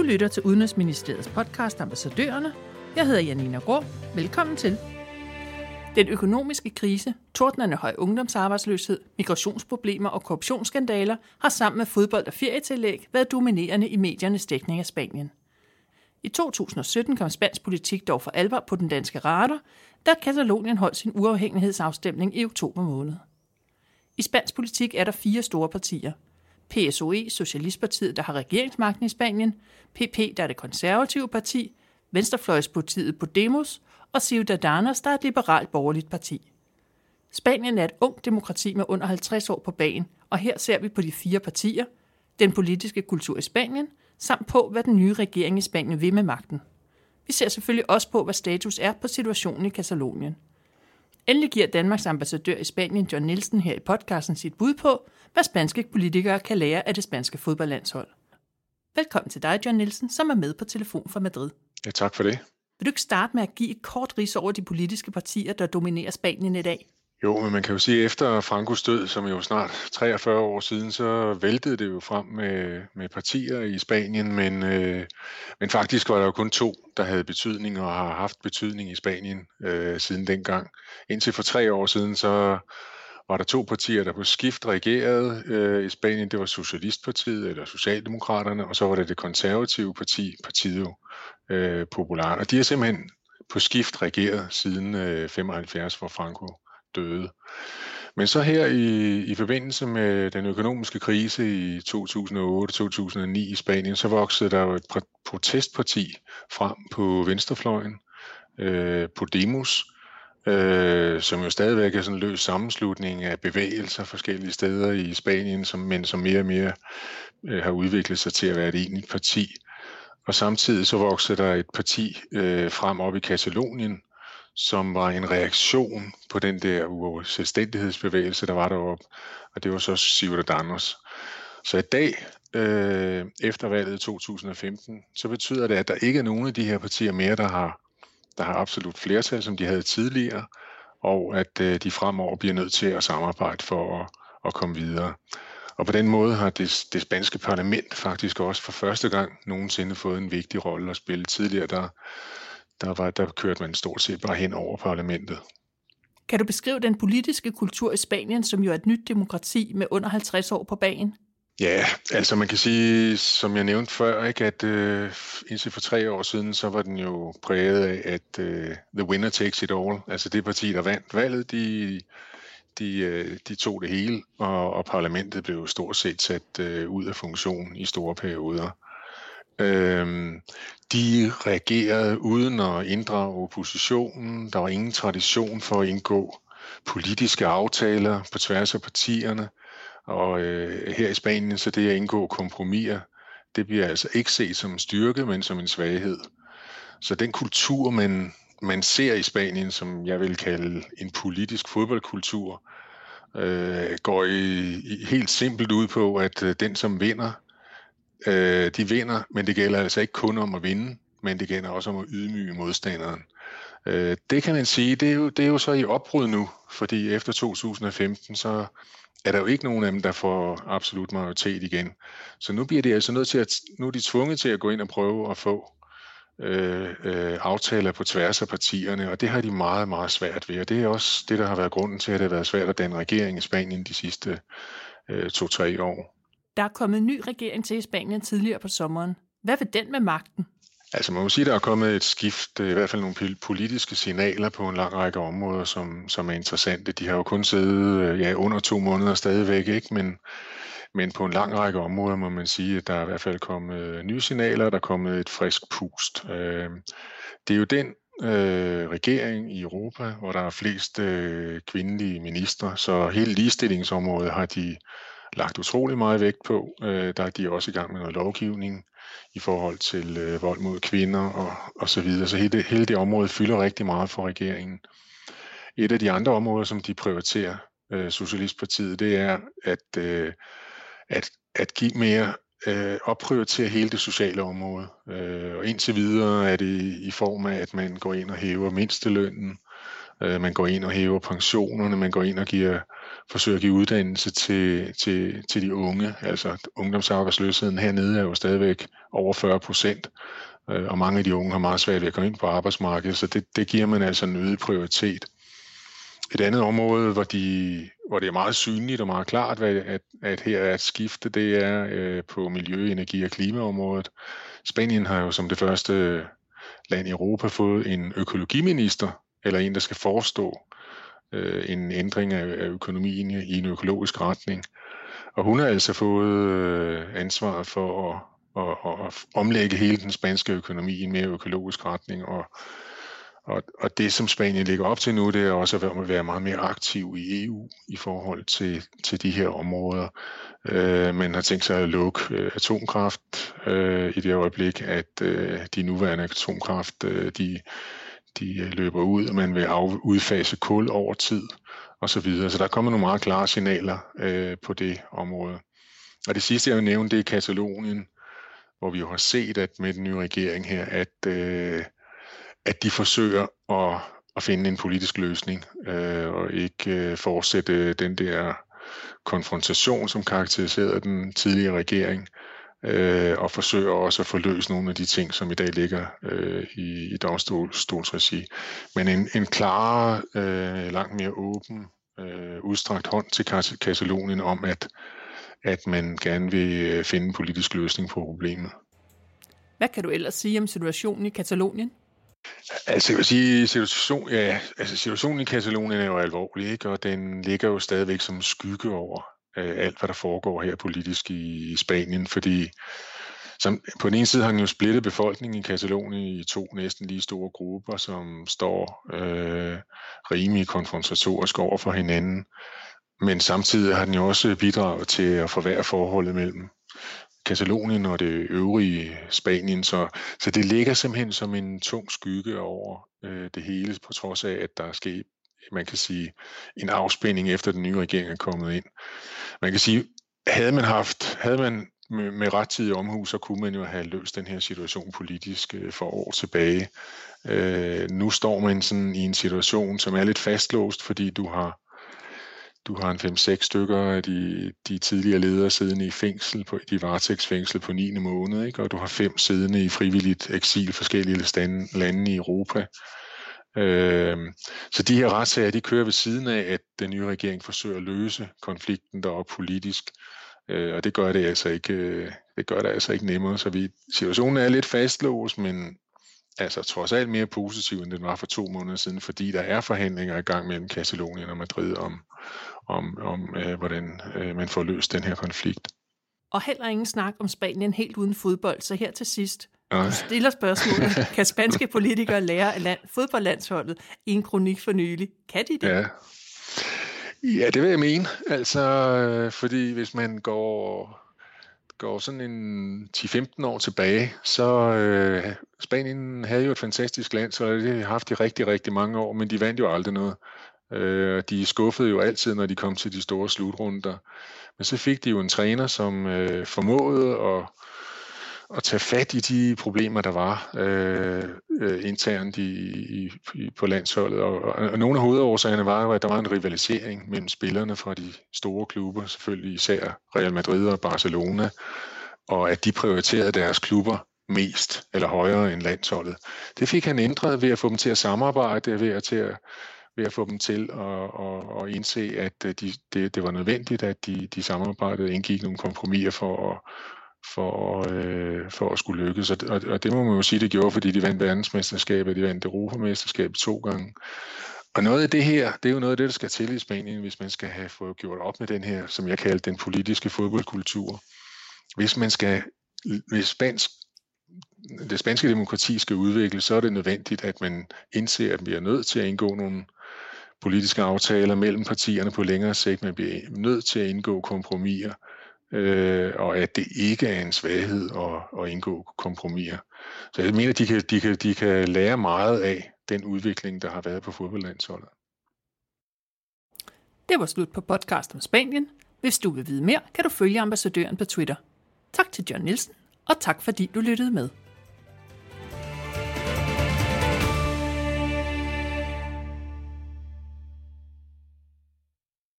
lytter til Udenrigsministeriets podcast Ambassadørerne. Jeg hedder Janina Grå. Velkommen til. Den økonomiske krise, tordnende høj ungdomsarbejdsløshed, migrationsproblemer og korruptionsskandaler har sammen med fodbold og ferietillæg været dominerende i mediernes dækning af Spanien. I 2017 kom spansk politik dog for alvor på den danske radar, da Catalonien holdt sin uafhængighedsafstemning i oktober måned. I spansk politik er der 4 store partier. PSOE, Socialistpartiet, der har regeringsmagten i Spanien, PP, der er det konservative parti, venstrefløjspartiet Podemos og Ciudadanos, der er et liberalt borgerligt parti. Spanien er et ungt demokrati med under 50 år på bagen, og her ser vi på de 4 partier, den politiske kultur i Spanien, samt på, hvad den nye regering i Spanien vil med magten. Vi ser selvfølgelig også på, hvad status er på situationen i Catalonien. Endelig giver Danmarks ambassadør i Spanien, John Nielsen, her i podcasten sit bud på, hvad spanske politikere kan lære af det spanske fodboldlandshold. Velkommen til dig, John Nielsen, som er med på telefon fra Madrid. Ja, tak for det. Vil du ikke starte med at give et kort rids over de politiske partier, der dominerer Spanien i dag? Jo, men man kan jo sige, at efter Francos død, som jo snart 43 år siden, så væltede det jo frem med partier i Spanien, men faktisk var der jo kun 2, der havde betydning og har haft betydning i Spanien siden dengang. Indtil for 3 år siden, så var der 2 partier, der på skift regerede i Spanien. Det var Socialistpartiet eller Socialdemokraterne, og så var det konservative parti, Partido Popular. Og de har simpelthen på skift regeret siden 75, hvor Franco døde. Men så her i forbindelse med den økonomiske krise i 2008-2009 i Spanien, så voksede der jo et protestparti frem på venstrefløjen, Podemos, som jo stadigvæk er sådan en løs sammenslutning af bevægelser forskellige steder i Spanien, men som mere og mere har udviklet sig til at være et egentligt parti. Og samtidig så voksede der et parti frem op i Catalonien, som var en reaktion på den der selvstændighedsbevægelse, der var deroppe, og det var så Ciudadanos. Så i dag, efter valget i 2015, så betyder det, at der ikke er nogen af de her partier mere, der har absolut flertal, som de havde tidligere, og at de fremover bliver nødt til at samarbejde for at komme videre. Og på den måde har det spanske parlament faktisk også for første gang nogensinde fået en vigtig rolle at spille. Tidligere, der kørte man stort set bare hen over parlamentet. Kan du beskrive den politiske kultur i Spanien, som jo er et nyt demokrati med under 50 år på bagen? Ja, altså man kan sige, som jeg nævnte før, ikke, at indtil for 3 år siden, så var den jo præget af, at the winner takes it all. Altså det parti, der vandt valget, de tog det hele, og parlamentet blev stort set sat ud af funktion i store perioder. De reagerede uden at inddrage oppositionen. Der var ingen tradition for at indgå politiske aftaler på tværs af partierne. Og her i Spanien, så det at indgå kompromiser, det bliver altså ikke set som en styrke, men som en svaghed. Så den kultur, man ser i Spanien, som jeg vil kalde en politisk fodboldkultur, går helt simpelt ud på, at den som vinder, de vinder, men det gælder altså ikke kun om at vinde, men det gælder også om at ydmyge modstanderen. Det kan man sige, det er jo så i opbrud nu, fordi efter 2015, så er der jo ikke nogen af dem, der får absolut majoritet igen. Så nu bliver de altså nødt til nu er de tvunget til at gå ind og prøve at få aftaler på tværs af partierne, og det har de meget, meget svært ved, og det er også det, der har været grunden til, at det har været svært at danne regering i Spanien de sidste 2-3 år. Der er kommet en ny regering til i Spanien tidligere på sommeren. Hvad vil den med magten? Altså man må sige, at der er kommet et skift, i hvert fald nogle politiske signaler på en lang række områder, som er interessante. De har jo kun siddet under 2 måneder stadigvæk, ikke? Men på en lang række områder må man sige, at der er i hvert fald kommet nye signaler, der er kommet et frisk pust. Det er jo den regering i Europa, hvor der er flest kvindelige ministre, så hele ligestillingsområdet har de lagt utrolig meget vægt på. Der er de også i gang med noget lovgivning i forhold til vold mod kvinder og så videre. Så hele det område fylder rigtig meget for regeringen. Et af de andre områder, som de prioriterer, Socialistpartiet, det er at give mere, opprioritere hele det sociale område. Og indtil videre er det i form af, at man går ind og hæver mindstelønnen, Man går ind og hæver pensionerne, man går ind og forsøger at give uddannelse til de unge. Altså ungdomsarbejdsløsheden hernede er jo stadigvæk over 40%, og mange af de unge har meget svært ved at komme ind på arbejdsmarkedet, så det giver man altså en øget prioritet. Et andet område, hvor det er meget synligt og meget klart, at her er et skifte, det er på miljø-, energi- og klimaområdet. Spanien har jo som det første land i Europa fået en økologiminister, eller en, der skal forestå en ændring af økonomien i en økologisk retning. Og hun har altså fået ansvaret for at omlægge hele den spanske økonomi i en mere økologisk retning, og det, som Spanien ligger op til nu, det er også at være meget mere aktiv i EU i forhold til de her områder. Man har tænkt sig at lukke atomkraft i det øjeblik, at de nuværende atomkraft, de løber ud, og man vil udfase kul over tid osv. Så der kommer nogle meget klare signaler på det område. Og det sidste, jeg vil nævne, det er Katalonien, hvor vi jo har set, at med den nye regering her, at de forsøger at finde en politisk løsning, og ikke fortsætte den der konfrontation, som karakteriserede den tidligere regering, og forsøger også at få løst nogle af de ting, som i dag ligger i domstolsregi. Men en klarere, langt mere åben, udstrakt hånd til Katalonien om, at man gerne vil finde en politisk løsning på problemet. Hvad kan du ellers sige om situationen i Katalonien? Altså jeg vil sige, situationen i Katalonien er jo alvorlig, ikke? Og den ligger jo stadigvæk som skygge over alt, hvad der foregår her politisk i Spanien, fordi på den ene side har den jo splittet befolkningen i Katalonien i to næsten lige store grupper, som står rimelig konfrontatorisk over for hinanden, men samtidig har den jo også bidraget til at forværre forholdet mellem Katalonien og det øvrige Spanien, så det ligger simpelthen som en tung skygge over det hele, på trods af, at der er sket, man kan sige, en afspænding efter den nye regering er kommet ind. Man kan sige, havde man med rettidig omhu, så kunne man jo have løst den her situation politisk for år tilbage. Nu står man sådan i en situation, som er lidt fastlåst, fordi du har en 5-6 stykker af de tidligere ledere siddende i fængsel, i varetægtsfængsel på 9. måned, ikke? Og du har 5 siddende i frivilligt eksil forskellige lande i Europa. Så de her retssager, de kører ved siden af, at den nye regering forsøger at løse konflikten deroppe politisk. Og det gør det altså ikke nemmere. Så situationen er lidt fastlåst, men altså trods alt mere positiv, end den var for 2 måneder siden, fordi der er forhandlinger i gang mellem Katalonien og Madrid om hvordan man får løst den her konflikt. Og heller ingen snak om Spanien helt uden fodbold, så her til sidst. Du stiller spørgsmålet, kan spanske politikere lære af fodboldlandsholdet i en kronik for nylig? Kan de det? Ja, det vil jeg mene. Altså, fordi hvis man går sådan en 10-15 år tilbage, så Spanien havde jo et fantastisk land, så det har de haft i rigtig, rigtig mange år, men de vandt jo aldrig noget. De skuffede jo altid, når de kom til de store slutrunder. Men så fik de jo en træner, som formåede at tage fat i de problemer, der var internt på landsholdet. Og nogle af hovedårsagerne var jo, at der var en rivalisering mellem spillerne fra de store klubber, selvfølgelig især Real Madrid og Barcelona, og at de prioriterede deres klubber mest eller højere end landsholdet. Det fik han ændret ved at få dem til at samarbejde, ved at få dem til at indse, at det var nødvendigt, at de samarbejdede, indgik nogle kompromiser for at skulle lykkes. Og det må man jo sige, det gjorde, fordi de vandt verdensmesterskabet, de vandt Europamesterskabet 2 gange. Og noget af det her, det er jo noget af det, der skal til i Spanien, hvis man skal have fået gjort op med den her, som jeg kaldte den politiske fodboldkultur. Hvis det spanske demokrati skal udvikles, så er det nødvendigt, at man indser, at vi er nødt til at indgå nogle politiske aftaler mellem partierne på længere sigt, man bliver nødt til at indgå kompromiser, og at det ikke er en svaghed at indgå kompromiser. Så jeg mener, at de kan lære meget af den udvikling, der har været på fodboldlandsholdet. Det var slut på podcast om Spanien. Hvis du vil vide mere, kan du følge ambassadøren på Twitter. Tak til John Nielsen, og tak fordi du lyttede med.